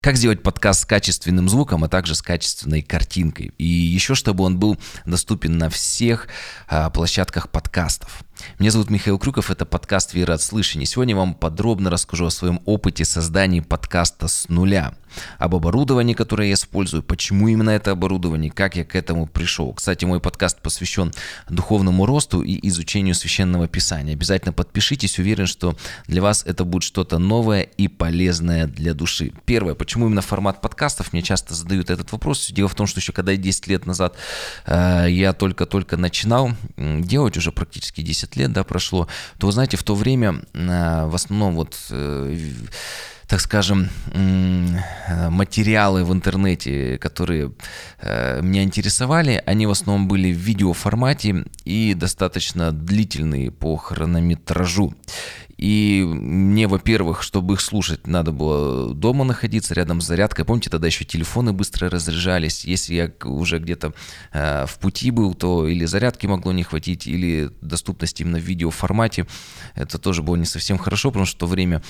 Как сделать подкаст с качественным звуком, а также с качественной картинкой. И еще, чтобы он был доступен на всех площадках подкастов. Меня зовут Михаил Крюков, это подкаст «Вера от слышания». Сегодня я вам подробно расскажу о своем опыте создания подкаста с нуля. Об оборудовании, которое я использую, почему именно это оборудование, как я к этому пришел. Кстати, мой подкаст посвящен духовному росту и изучению Священного Писания. Обязательно подпишитесь, уверен, что для вас это будет что-то новое и полезное для души. Первое, почему именно формат подкастов? Мне часто задают этот вопрос. Дело в том, что еще когда 10 лет назад я только-только начинал делать, уже практически 10 лет прошло, то, вы знаете, в то время в основном так скажем, материалы в интернете, которые меня интересовали, они в основном были в видеоформате и достаточно длительные по хронометражу. И мне, во-первых, чтобы их слушать, надо было дома находиться, рядом с зарядкой. Помните, тогда еще телефоны быстро разряжались. Если я уже где-то в пути был, то или зарядки могло не хватить, или доступности именно в видеоформате. Это тоже было не совсем хорошо, потому что в то время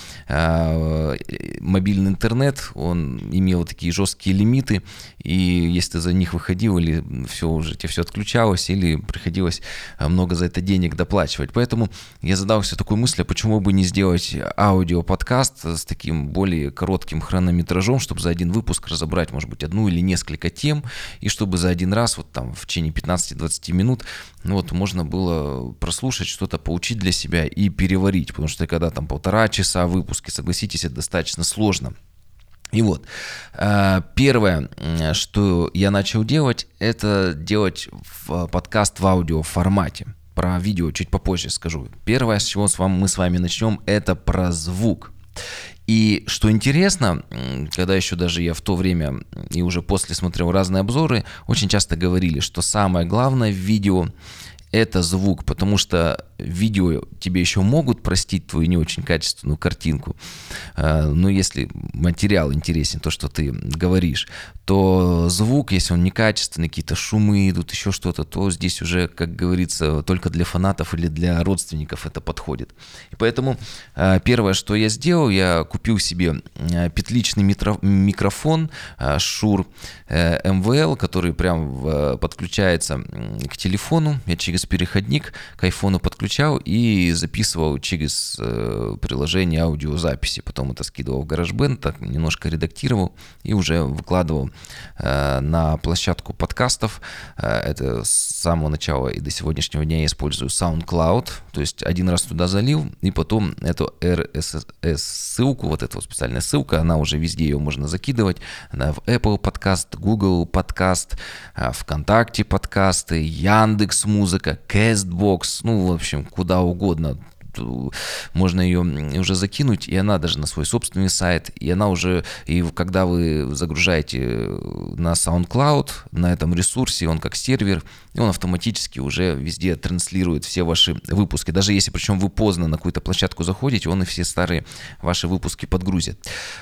мобильный интернет, он имел такие жесткие лимиты, и если ты за них выходил, или тебе все отключалось, или приходилось много за это денег доплачивать. Поэтому я задался такой мыслью, почему бы не сделать аудиоподкаст с таким более коротким хронометражом, чтобы за один выпуск разобрать, может быть, одну или несколько тем, и чтобы за один раз, в течение 15-20 минут, можно было прослушать, что-то поучить для себя и переварить, потому что когда 1,5 часа выпуски, согласитесь, это достаточно сложно. И первое, что я начал делать, это делать подкаст в аудиоформате. Про видео чуть попозже скажу. Первое, с чего мы с вами начнем, это про звук. И что интересно, когда еще даже я в то время и уже после смотрел разные обзоры, очень часто говорили, что самое главное в видео – это звук, потому что видео тебе еще могут простить твою не очень качественную картинку, но если материал интересен, то, что ты говоришь, то звук, если он некачественный, какие-то шумы идут, еще что-то, то здесь уже, как говорится, только для фанатов или для родственников это подходит. И поэтому первое, что я сделал, я купил себе петличный микрофон Shure MVL, который прям подключается к телефону. Я через переходник к айфону подключал и записывал через приложение аудиозаписи. Потом это скидывал в GarageBand, так немножко редактировал и уже выкладывал на площадку подкастов. Это с самого начала и до сегодняшнего дня я использую SoundCloud. То есть один раз туда залил, и потом эту RSS-ссылку, эта специальная ссылка, она уже везде, ее можно закидывать. Она в Apple подкаст, Google подкаст, ВКонтакте подкасты, Яндекс.Музыка, Castbox, в общем, куда угодно. Можно ее уже закинуть, и она даже на свой собственный сайт, и она уже, и когда вы загружаете на SoundCloud, на этом ресурсе, он как сервер, и он автоматически уже везде транслирует все ваши выпуски. Даже если, причем вы поздно на какую-то площадку заходите, он и все старые ваши выпуски подгрузит.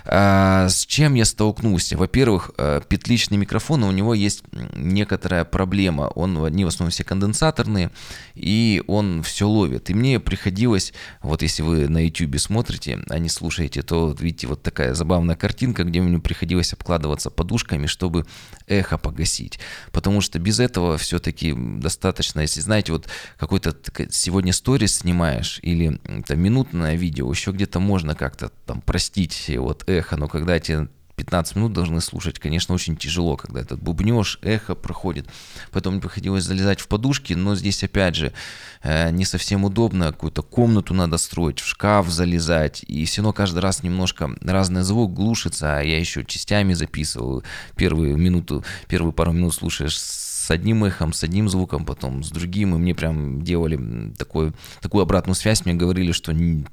С чем я столкнулся? Во-первых, петличный микрофон, у него есть некоторая проблема. Они в основном все конденсаторные, и он все ловит. И мне приходилось, если вы на YouTube смотрите, а не слушаете, то видите такая забавная картинка, где мне приходилось обкладываться подушками, чтобы эхо погасить. Потому что без этого все-таки достаточно, если знаете, какой-то сегодня сторис снимаешь или минутное видео, еще где-то можно как-то простить эхо, но когда тебе 15 минут должны слушать, конечно, очень тяжело, когда этот бубнёж, эхо проходит. Поэтому мне приходилось залезать в подушки, но здесь, опять же, не совсем удобно, какую-то комнату надо строить, в шкаф залезать, и все равно каждый раз немножко разный звук глушится, а я еще частями записывал. Первые пару минут слушаешь с одним эхом, с одним звуком, потом с другим, и мне прям делали такую обратную связь, мне говорили, что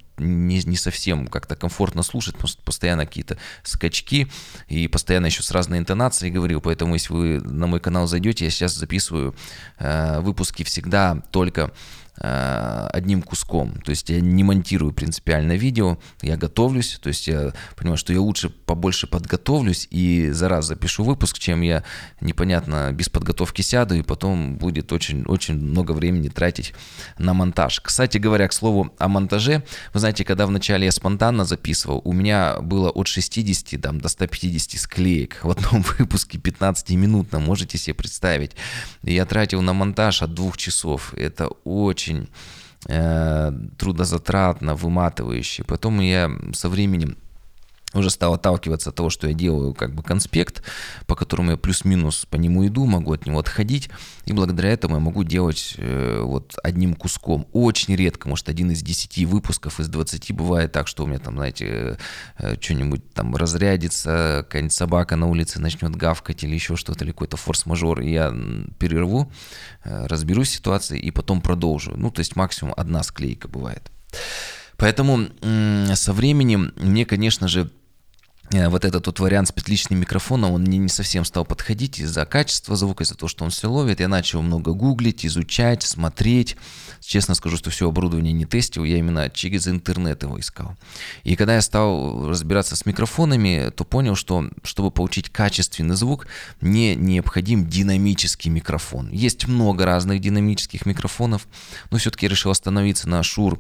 не совсем как-то комфортно слушать, потому что постоянно какие-то скачки и постоянно еще с разной интонацией говорил, поэтому если вы на мой канал зайдете, я сейчас записываю выпуски всегда только одним куском. То есть я не монтирую принципиально видео, я готовлюсь, то есть я понимаю, что я лучше побольше подготовлюсь и за раз запишу выпуск, чем я непонятно без подготовки сяду и потом будет очень много времени тратить на монтаж. Кстати говоря, к слову о монтаже, вы знаете, когда вначале я спонтанно записывал, у меня было от 60 до 150 склеек в одном выпуске 15-минутном, можете себе представить. И я тратил на монтаж от 2 часов. Это очень трудозатратно, выматывающе. Потом я со временем уже стал отталкиваться от того, что я делаю как бы конспект, по которому я плюс-минус по нему иду, могу от него отходить, и благодаря этому я могу делать вот одним куском. Очень редко, может, 1 из 10 выпусков, из 20 бывает так, что у меня там, знаете, что-нибудь там разрядится, какая-нибудь собака на улице начнет гавкать или еще что-то, или какой-то форс-мажор, и я перерву, разберусь с ситуацией и потом продолжу. Ну, то есть максимум 1 склейка бывает. Поэтому со временем мне, конечно же, вот этот вот вариант с петличным микрофоном, он мне не совсем стал подходить из-за качества звука, из-за того, что он все ловит. Я начал много гуглить, изучать, смотреть. Честно скажу, что все оборудование не тестил, я именно через интернет его искал. И когда я стал разбираться с микрофонами, то понял, что чтобы получить качественный звук, мне необходим динамический микрофон. Есть много разных динамических микрофонов, но все-таки я решил остановиться на Shure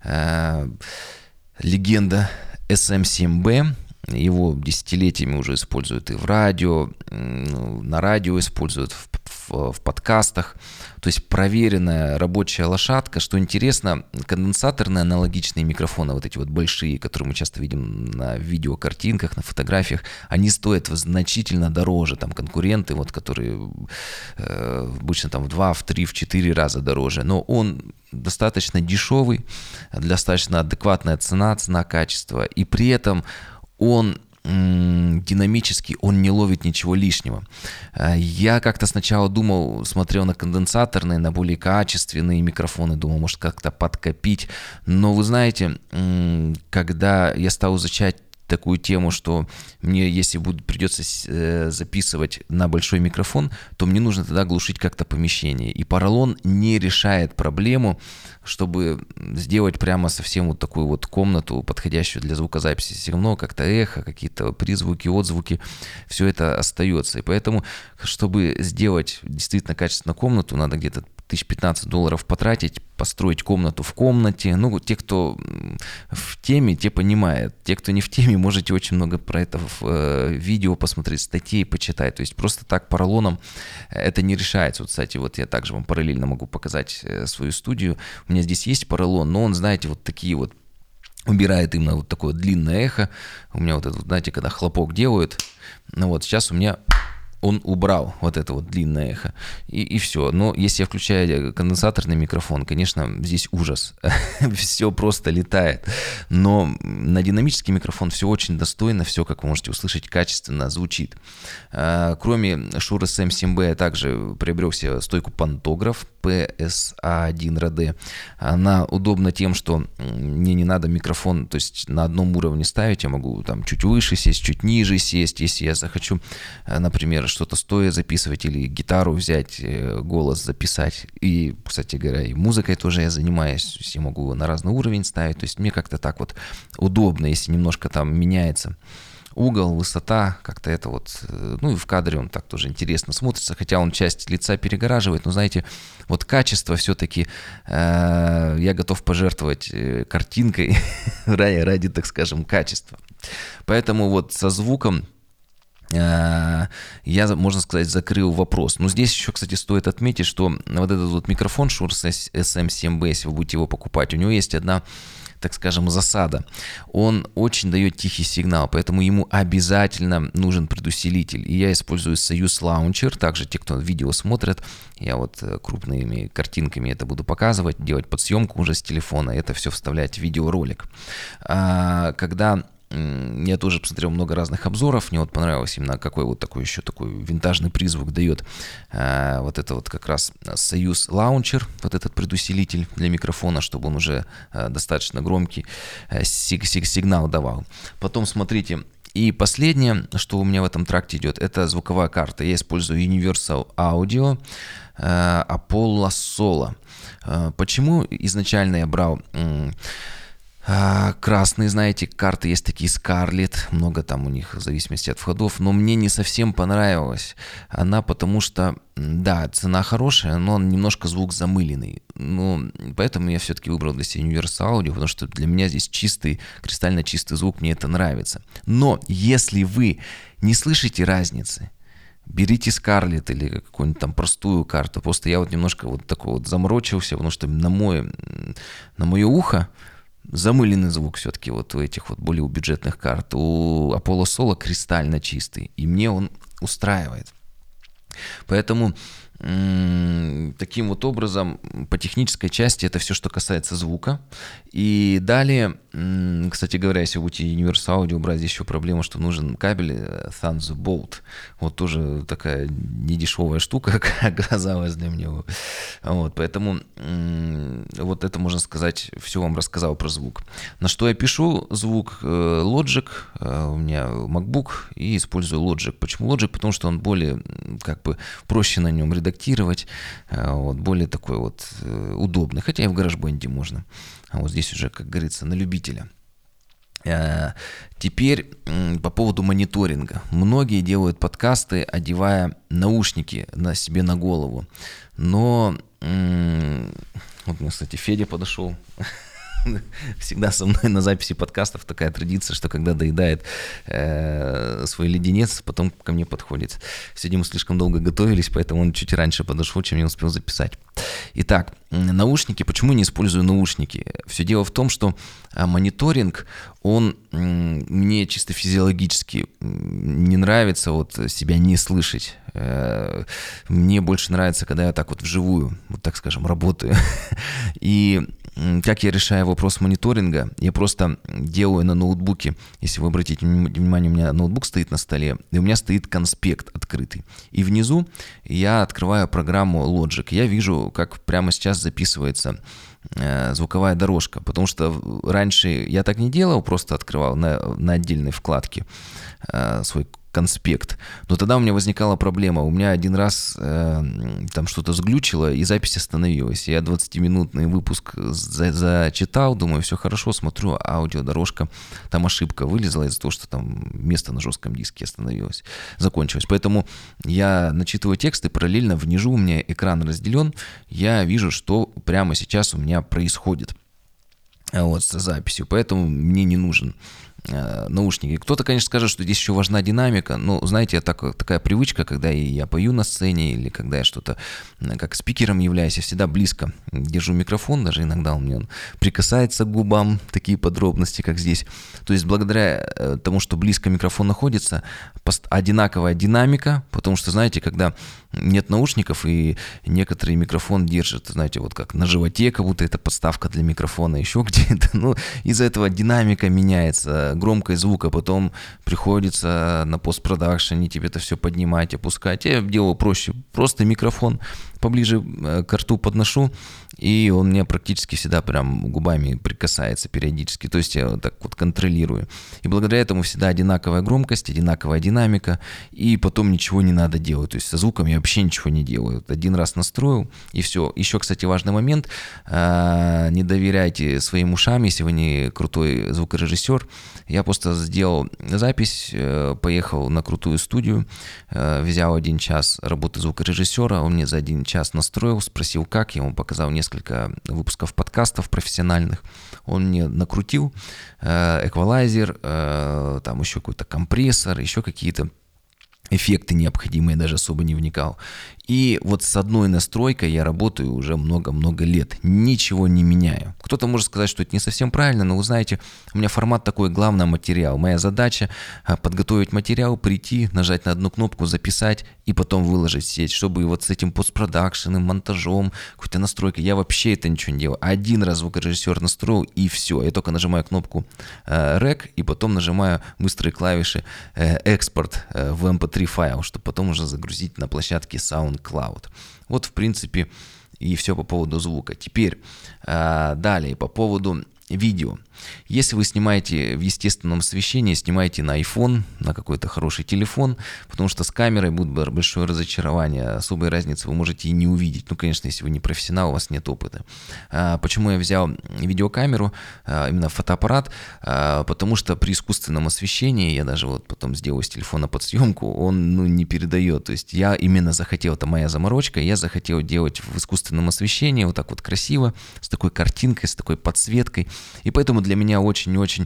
легенда SM7B. Его десятилетиями уже используют и в радио, на радио используют, в подкастах. То есть проверенная рабочая лошадка. Что интересно, конденсаторные аналогичные микрофоны, вот эти вот большие, которые мы часто видим на видеокартинках, на фотографиях, они стоят значительно дороже. Там конкуренты, вот, которые обычно там в 2, в 3, в 4 раза дороже. Но он достаточно дешевый, достаточно адекватная цена-качество. И при этом он динамический, он не ловит ничего лишнего. Я как-то сначала думал, смотрел на конденсаторные, на более качественные микрофоны, думал, может как-то подкопить. Но вы знаете, когда я стал изучать такую тему, что мне, если придется записывать на большой микрофон, то мне нужно тогда глушить как-то помещение. И поролон не решает проблему, чтобы сделать прямо совсем вот такую вот комнату, подходящую для звукозаписи. Все равно как-то эхо, какие-то призвуки, отзвуки, все это остается. И поэтому, чтобы сделать действительно качественную комнату, надо где-то $15 потратить, построить комнату в комнате. Ну, те, кто в теме, те понимают. Те, кто не в теме, можете очень много про это в видео посмотреть, статей почитать. То есть просто так поролоном это не решается. Вот, кстати, вот я также вам параллельно могу показать свою студию. У меня здесь есть поролон, но он, знаете, вот такие вот убирает именно вот такое длинное эхо. У меня вот это, знаете, когда хлопок делают. Ну вот сейчас у меня он убрал вот это вот длинное эхо, и все. Но если я включаю конденсаторный микрофон, конечно, здесь ужас. Все просто летает. Но на динамический микрофон все очень достойно, все, как вы можете услышать, качественно звучит. Кроме Shure SM7B я также приобрел себе стойку пантограф PSA1RD. Она удобна тем, что мне не надо микрофон, то есть на одном уровне ставить, я могу там чуть выше сесть, чуть ниже сесть, если я захочу, например, что-то стоя записывать или гитару взять, голос записать. И, кстати говоря, и музыкой тоже я занимаюсь, то есть я могу его на разный уровень ставить, то есть мне как-то так вот удобно, если немножко там меняется угол, высота, как-то это вот, ну и в кадре он так тоже интересно смотрится, хотя он часть лица перегораживает, но знаете, вот качество все-таки я готов пожертвовать картинкой ради, так скажем, качества. Поэтому вот со звуком я, можно сказать, закрыл вопрос. Но здесь еще, кстати, стоит отметить, что вот этот вот микрофон Shure SM7B, если вы будете его покупать, у него есть одна, так скажем, засада. Он очень дает тихий сигнал, поэтому ему обязательно нужен предусилитель. И я использую Soyuz Launcher. Также те, кто видео смотрят, я вот крупными картинками это буду показывать, делать подсъемку уже с телефона, это все вставлять в видеоролик. Когда я тоже посмотрел много разных обзоров, мне вот понравилось именно какой вот такой еще такой винтажный призвук дает вот это вот как раз Soyuz Launcher, вот этот предусилитель для микрофона, чтобы он уже достаточно громкий сигнал давал. Потом смотрите, И последнее, что у меня в этом тракте идет, это звуковая карта. Я использую Universal Audio Apollo Solo. Почему изначально я брал красные, знаете, карты есть такие Scarlett, много там у них в зависимости от входов, но мне не совсем понравилась она, потому что, да, цена хорошая, но немножко звук замыленный. Ну, поэтому я все-таки выбрал для себя Universal Audio, потому что для меня здесь чистый, кристально чистый звук, мне это нравится. Но если вы не слышите разницы, берите Scarlett или какую-нибудь там простую карту. Просто я вот немножко вот такой вот заморочился, потому что на мое ухо замыленный звук все-таки вот у этих вот более бюджетных карт. У Apollo Solo кристально чистый, и мне он устраивает. Поэтому таким вот образом по технической части это все, что касается звука. И далее, кстати говоря, если вы будете Universal Audio брать, здесь еще проблема, что нужен кабель Thunderbolt. Вот тоже такая недешевая штука, как оказалось для меня. Вот, поэтому вот это, можно сказать, все вам рассказал про звук. На что я пишу звук? Logic, у меня MacBook, и использую Logic. Почему Logic? Потому что он более, как бы, проще на нем редактировать, вот, более такой вот удобный. Хотя и в GarageBand можно. А вот здесь уже, как говорится, на любителя. Теперь по поводу мониторинга. Многие делают подкасты, одевая наушники себе на голову. Но вот мне, кстати, Федя подошел. Всегда со мной на записи подкастов такая традиция, что когда доедает свой леденец, потом ко мне подходит. Сегодня мы слишком долго готовились, поэтому он чуть раньше подошел, чем я успел записать. Итак, наушники. Почему не использую наушники? Все дело в том, что мониторинг, он мне чисто физиологически не нравится вот себя не слышать. Мне больше нравится, когда я так вот вживую, вот так скажем, работаю. И как я решаю вопрос мониторинга? Я просто делаю на ноутбуке, если вы обратите внимание, у меня ноутбук стоит на столе, и у меня стоит конспект открытый. И внизу я открываю программу Logic. Я вижу, как прямо сейчас записывается звуковая дорожка, потому что раньше я так не делал, просто открывал на отдельной вкладке свой конспект. Но тогда у меня возникала проблема. У меня один раз там что-то сглючило, и запись остановилась. Я 20-минутный выпуск зачитал, думаю, все хорошо, смотрю, аудиодорожка, там ошибка вылезла из-за того, что там место на жестком диске остановилось, закончилось. Поэтому я начитываю текст, и параллельно внизу у меня экран разделен, я вижу, что прямо сейчас у меня происходит вот с записью, поэтому мне не нужен наушники. Кто-то, конечно, скажет, что здесь еще важна динамика, но, знаете, такая привычка, когда я пою на сцене или когда я что-то как спикером являюсь, я всегда близко держу микрофон, даже иногда он прикасается к губам, такие подробности, как здесь. То есть благодаря тому, что близко микрофон находится, одинаковая динамика, потому что, знаете, когда нет наушников и некоторые микрофон держат, знаете, вот как на животе, как будто это подставка для микрофона, еще где-то, ну, из-за этого динамика меняется, громкость звука, потом приходится на постпродакшене тебе это все поднимать, опускать. Я делаю проще, просто микрофон поближе к рту подношу, и он мне практически всегда прям губами прикасается периодически, то есть я вот так вот контролирую. И благодаря этому всегда одинаковая громкость, одинаковая динамика, и потом ничего не надо делать, то есть со звуком я вообще ничего не делаю. Один раз настроил, и все. Еще, кстати, важный момент, не доверяйте своим ушам, если вы не крутой звукорежиссер. Я просто сделал запись, поехал на крутую студию, взял 1 час работы звукорежиссера, он мне за 1 час настроил, спросил как, я ему показал несколько выпусков подкастов профессиональных, он мне накрутил эквалайзер, там еще какой-то компрессор, еще какие-то эффекты необходимые, даже особо не вникал. И вот с одной настройкой я работаю уже много-много лет, ничего не меняю. Кто-то может сказать, что это не совсем правильно, но вы знаете, у меня формат такой, главное материал. Моя задача подготовить материал, прийти, нажать на одну кнопку, записать и потом выложить в сеть, чтобы вот с этим постпродакшеном, монтажом, какой-то настройкой, я вообще это ничего не делаю. Один раз звукорежиссер настроил и все. Я только нажимаю кнопку REC и потом нажимаю быстрые клавиши экспорт в MP3 файл, чтобы потом уже загрузить на площадке SoundCloud. Вот, в принципе, и все по поводу звука. Теперь далее по поводу видео. Если вы снимаете в естественном освещении, снимайте на iPhone, на какой-то хороший телефон, потому что с камерой будет большое разочарование, особой разницы вы можете и не увидеть. Ну, конечно, если вы не профессионал, у вас нет опыта. Почему я взял видеокамеру, именно фотоаппарат? Потому что при искусственном освещении, я даже вот потом сделаю с телефона подсъемку, он не передает. То есть я именно захотел, это моя заморочка, я захотел делать в искусственном освещении вот так вот красиво, с такой картинкой, с такой подсветкой. И поэтому для меня очень-очень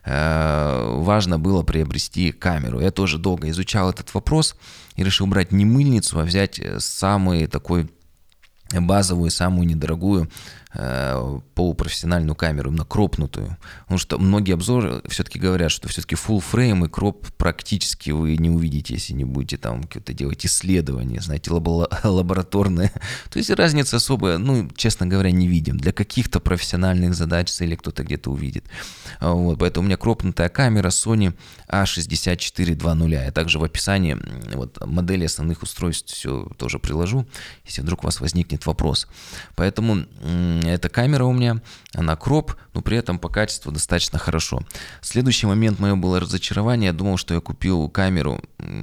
важно было приобрести камеру. Я тоже долго изучал этот вопрос и решил брать не мыльницу, а взять самый такой базовую, самую недорогую полупрофессиональную камеру, именно кропнутую. Потому что многие обзоры все-таки говорят, что все-таки full frame и кроп практически вы не увидите, если не будете там какие-то делать исследования, знаете, лабораторные. То есть разницы особо, честно говоря, не видим. Для каких-то профессиональных задач, целей кто-то где-то увидит. Вот, поэтому у меня кропнутая камера Sony A6420. Я также в описании модели основных устройств все тоже приложу, если вдруг у вас возникнет вопрос. Поэтому эта камера у меня, она кроп, но при этом по качеству достаточно хорошо. Следующий момент мое было разочарование. Я думал, что я купил камеру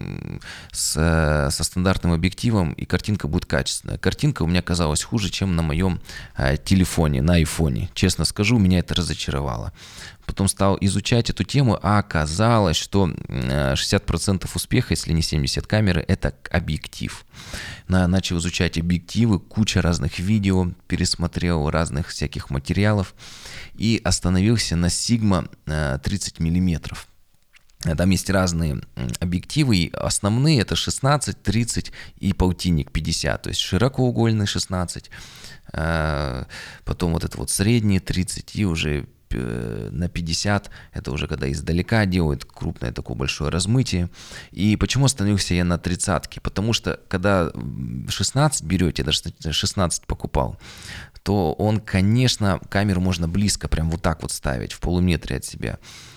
со стандартным объективом, и картинка будет качественная. Картинка у меня оказалась хуже, чем на моем телефоне, на айфоне. Честно скажу, меня это разочаровало. Потом стал изучать эту тему, а оказалось, что 60% успеха, если не 70% камеры, это объектив. Начал изучать объективы, куча разных видео, пересмотрел разных всяких материалов и остановился на Sigma 30 мм. Там есть разные объективы, и основные это 16, 30 и полтинник 50, то есть широкоугольный 16, потом вот это вот средний 30 и уже на 50, это уже когда издалека делают крупное такое большое размытие. И почему остановился я на 30-ке? Потому что когда 16 берете, даже 16 покупал, то он, конечно, камеру можно близко, прям вот так вот ставить, в полуметре от себя.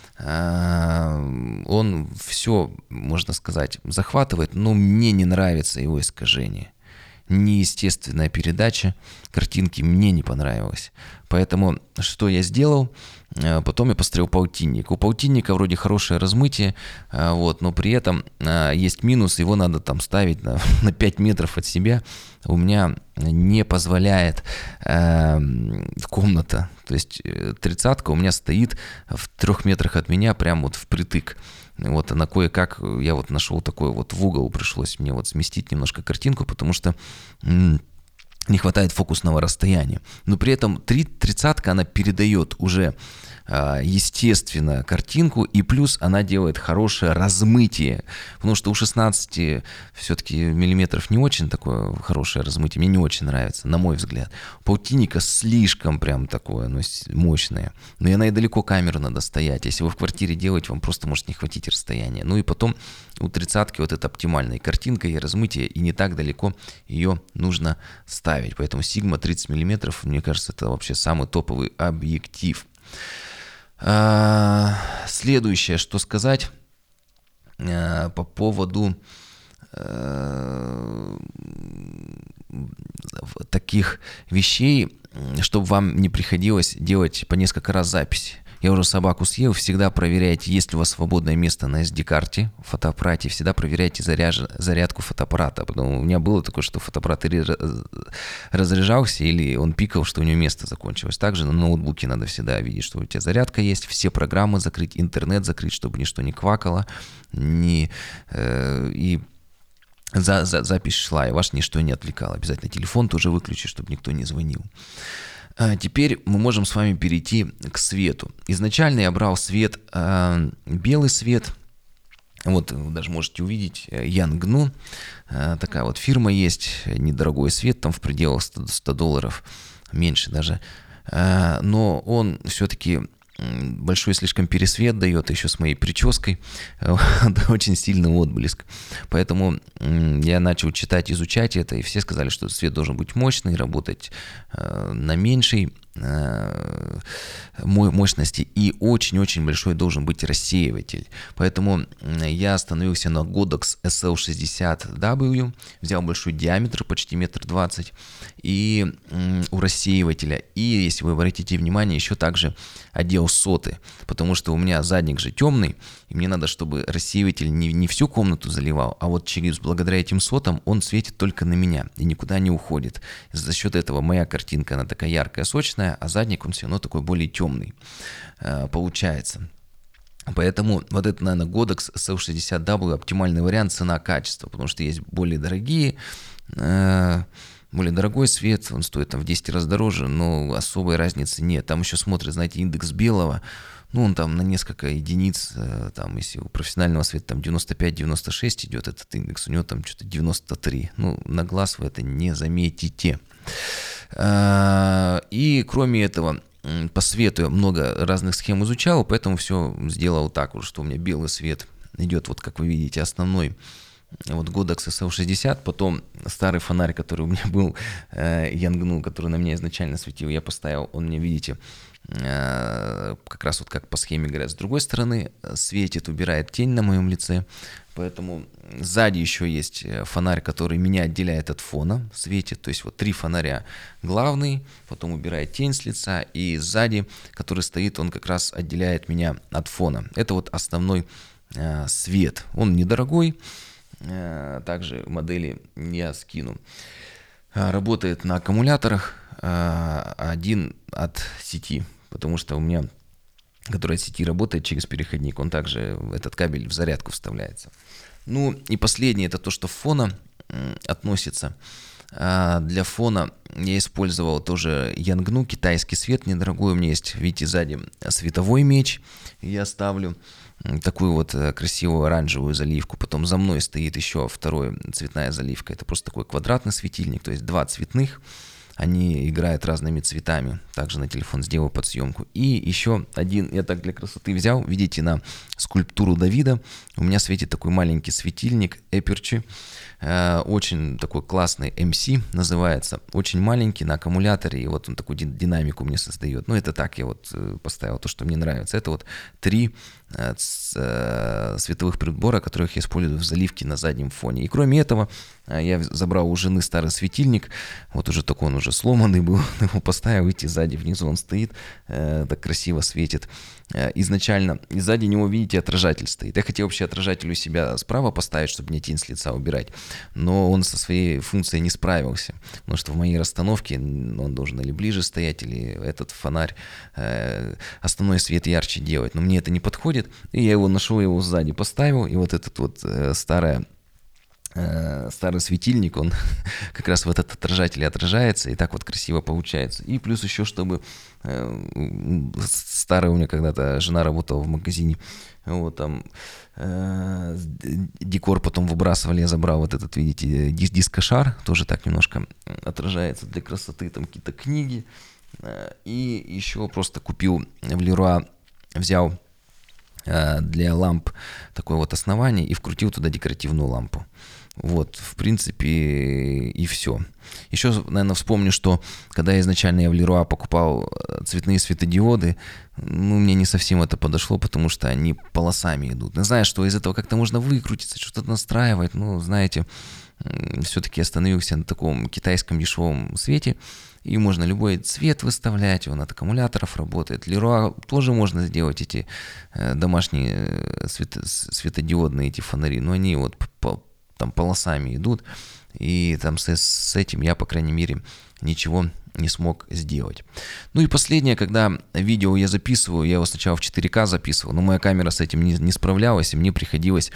Он все, можно сказать, захватывает, но мне не нравится его искажение. Неестественная передача картинки мне не понравилась. Поэтому что я сделал? Потом я построил полтинник. У полтинника вроде хорошее размытие, но при этом есть минус, его надо там ставить на 5 метров от себя. У меня не позволяет комната. То есть 30-ка у меня стоит в 3 метрах от меня, прям вот впритык. Вот она кое-как, я вот нашел такой вот в угол, пришлось мне вот сместить немножко картинку, потому что не хватает фокусного расстояния. Но при этом 30-ка она передает уже естественно картинку, и плюс она делает хорошее размытие, потому что у 16 все-таки миллиметров не очень такое хорошее размытие, мне не очень нравится, на мой взгляд. Полтинника слишком прям такое, мощное, но и она и далеко камеру надо стоять, если вы в квартире делаете, вам просто может не хватить расстояния. Ну и потом у 30-ки вот это оптимальная картинка и размытие, и не так далеко ее нужно ставить, поэтому Sigma 30 мм, мне кажется, это вообще самый топовый объектив. Следующее, что сказать по поводу таких вещей, чтобы вам не приходилось делать по несколько раз записи. Я уже собаку съел, всегда проверяйте, есть ли у вас свободное место на SD-карте в фотоаппарате, всегда проверяйте зарядку фотоаппарата. Потому у меня было такое, что фотоаппарат разряжался или он пикал, что у него место закончилось. Также на ноутбуке надо всегда видеть, что у тебя зарядка есть, все программы закрыть, интернет закрыть, чтобы ничто не квакало, и запись шла, и ваш ничто не отвлекало. Обязательно телефон тоже выключить, чтобы никто не звонил. Теперь мы можем с вами перейти к свету. Изначально я брал свет, белый свет. Вот даже можете увидеть Yangnu. Такая вот фирма есть, недорогой свет, там в пределах $100, меньше даже. Но он все-таки большой слишком пересвет дает, еще с моей прической, очень сильный отблеск. Поэтому я начал читать, изучать это, и все сказали, что свет должен быть мощный, работать на меньшей мощности, и очень-очень большой должен быть рассеиватель. Поэтому я остановился на Godox SL60W, взял большой диаметр, почти 1,20 м, и у рассеивателя. И если вы обратите внимание, еще также одел соты, потому что у меня задник же темный, и мне надо, чтобы рассеиватель не всю комнату заливал, а вот благодаря этим сотам он светит только на меня и никуда не уходит. За счет этого моя картинка, она такая яркая, сочная, а задник он все равно такой более темный получается. Поэтому вот это, наверное, Godox SL60W оптимальный вариант цена-качество, потому что есть более дорогие, более дорогой свет, он стоит там в 10 раз дороже, но особой разницы нет. Там еще смотрят, знаете, индекс белого, ну, он там на несколько единиц, там, если у профессионального света там 95-96 идет этот индекс, у него там что-то 93. Ну, на глаз вы это не заметите. И кроме этого, по свету я много разных схем изучал, поэтому все сделал так, что у меня белый свет идет, вот как вы видите, основной. Вот Godox SL60, потом старый фонарь, который у меня был, Yangnu, который на меня изначально светил, я поставил, он мне, видите, как раз вот как по схеме говорят, с другой стороны светит, убирает тень на моем лице, поэтому сзади еще есть фонарь, который меня отделяет от фона, светит, то есть вот 3 фонаря, главный, потом убирает тень с лица, и сзади, который стоит, он как раз отделяет меня от фона. Это вот основной свет, он недорогой, также модели я скину. Работает на аккумуляторах, один от сети, потому что у меня, который от сети работает через переходник, он также, этот кабель в зарядку вставляется. Ну и последнее, это то, что фона относится. Для фона я использовал тоже Yangnu, китайский свет недорогой. У меня есть, видите, сзади световой меч. Я ставлю такую вот красивую оранжевую заливку. Потом за мной стоит еще вторая цветная заливка. Это просто такой квадратный светильник, то есть 2 цветных. Они играют разными цветами. Также на телефон сделал подсъемку. И еще один, я так для красоты взял. Видите, на скульптуру Давида у меня светит такой маленький светильник Aperture. Очень такой классный MC называется. Очень маленький, на аккумуляторе. И вот он такую динамику мне создает. Ну, это так я вот поставил то, что мне нравится. Это вот 3 световых прибора, которых я использую в заливке на заднем фоне. И кроме этого, я забрал у жены старый светильник. Вот уже такой он уже сломанный был. Его поставил, видите, сзади внизу он стоит. Так красиво светит. Изначально, и сзади него, видите, отражатель стоит. Я хотел вообще отражатель у себя справа поставить, чтобы мне тень с лица убирать. Но он со своей функцией не справился. Потому что в моей расстановке он должен или ближе стоять, или этот фонарь основной свет ярче делать. Но мне это не подходит. И я его нашел, его сзади поставил. И вот этот вот старый светильник, он как раз в этот отражатель отражается, и так вот красиво получается. И плюс еще, чтобы старая у меня когда-то жена работала в магазине, вот там декор потом выбрасывали, я забрал вот этот, видите, дискошар, тоже так немножко отражается для красоты, там какие-то книги. И еще просто купил в Леруа, взял для ламп такое вот основание и вкрутил туда декоративную лампу. Вот, в принципе, и все. Еще, наверное, вспомню, что когда изначально я в Леруа покупал цветные светодиоды, ну, мне не совсем это подошло, потому что они полосами идут. Я знаю, что из этого как-то можно выкрутиться, что-то настраивать, но, знаете, все-таки остановился на таком китайском дешевом свете, и можно любой цвет выставлять, он от аккумуляторов работает. Леруа тоже можно сделать эти домашние светодиодные эти фонари, но они вот там полосами идут, и там с этим я, по крайней мере, ничего не смог сделать. Ну и последнее, когда видео я записываю, я его сначала в 4К записывал, но моя камера с этим не справлялась, и мне приходилось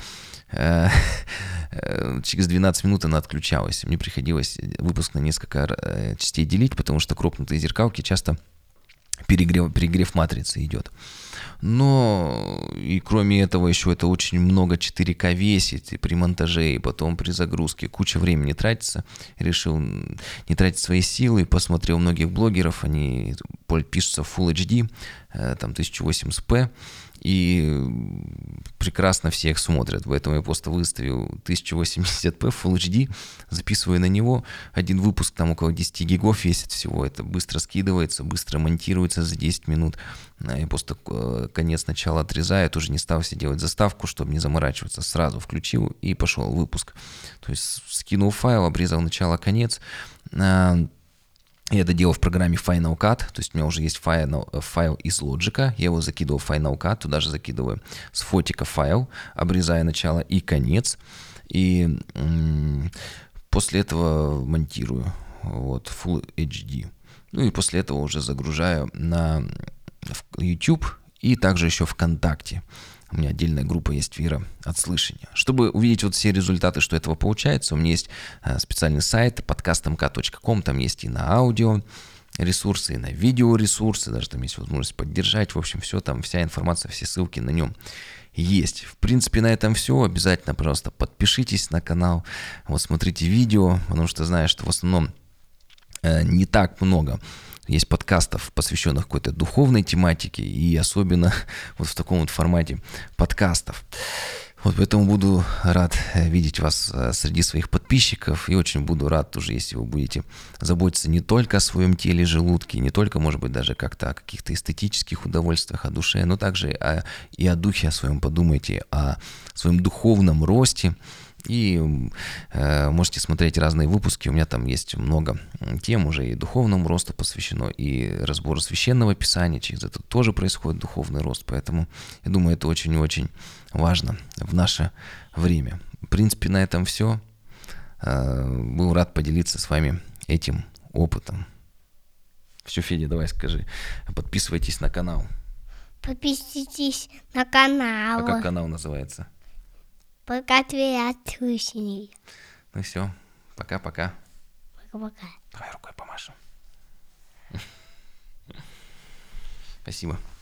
через 12 минут она отключалась. Мне приходилось выпуск на несколько частей делить, потому что кропнутые зеркалки часто перегрев матрицы идет. Но и кроме этого еще это очень много 4К весит, и при монтаже, и потом при загрузке куча времени тратится. Решил не тратить свои силы, посмотрел многих блогеров, они пишутся в Full HD, там 1080p, и прекрасно все их смотрят. Поэтому я просто выставил 1080p Full HD, записываю на него. Один выпуск там около 10 гигов весит всего. Это быстро скидывается, быстро монтируется за 10 минут. Я просто конец начала отрезаю, тоже не стал себе делать заставку, чтобы не заморачиваться. Сразу включил и пошел выпуск. То есть скинул файл, обрезал начало-конец. Я это делал в программе Final Cut, то есть у меня уже есть файл из Logic, я его закидывал в Final Cut, туда же закидываю с фотика файл, обрезая начало и конец, и после этого монтирую вот, Full HD. Ну и после этого уже загружаю на YouTube и также еще ВКонтакте. У меня отдельная группа есть «Вера от слышания». Чтобы увидеть вот все результаты, что этого получается, у меня есть специальный сайт podcastmk.com, там есть и на аудио ресурсы, и на видео ресурсы, даже там есть возможность поддержать. В общем, все там, вся информация, все ссылки на нем есть. В принципе, на этом все. Обязательно, пожалуйста, подпишитесь на канал, вот смотрите видео, потому что знаю, что в основном не так много есть подкастов, посвященных какой-то духовной тематике, и особенно вот в таком вот формате подкастов. Вот поэтому буду рад видеть вас среди своих подписчиков, и очень буду рад тоже, если вы будете заботиться не только о своем теле, желудке, не только, может быть, даже как-то о каких-то эстетических удовольствиях, о душе, но также и о духе о своем подумайте, о своем духовном росте. И можете смотреть разные выпуски. У меня там есть много тем уже и духовному росту посвящено, и разбору священного писания. Через это тоже происходит духовный рост. Поэтому я думаю, это очень и очень важно в наше время. В принципе, на этом все. Был рад поделиться с вами этим опытом. Все, Федя, давай скажи. Подписывайтесь на канал. Подписывайтесь на канал. А как канал называется? Подкаст «Вера от слышания». Ну все, пока-пока. Пока-пока. Давай рукой помашем. Спасибо.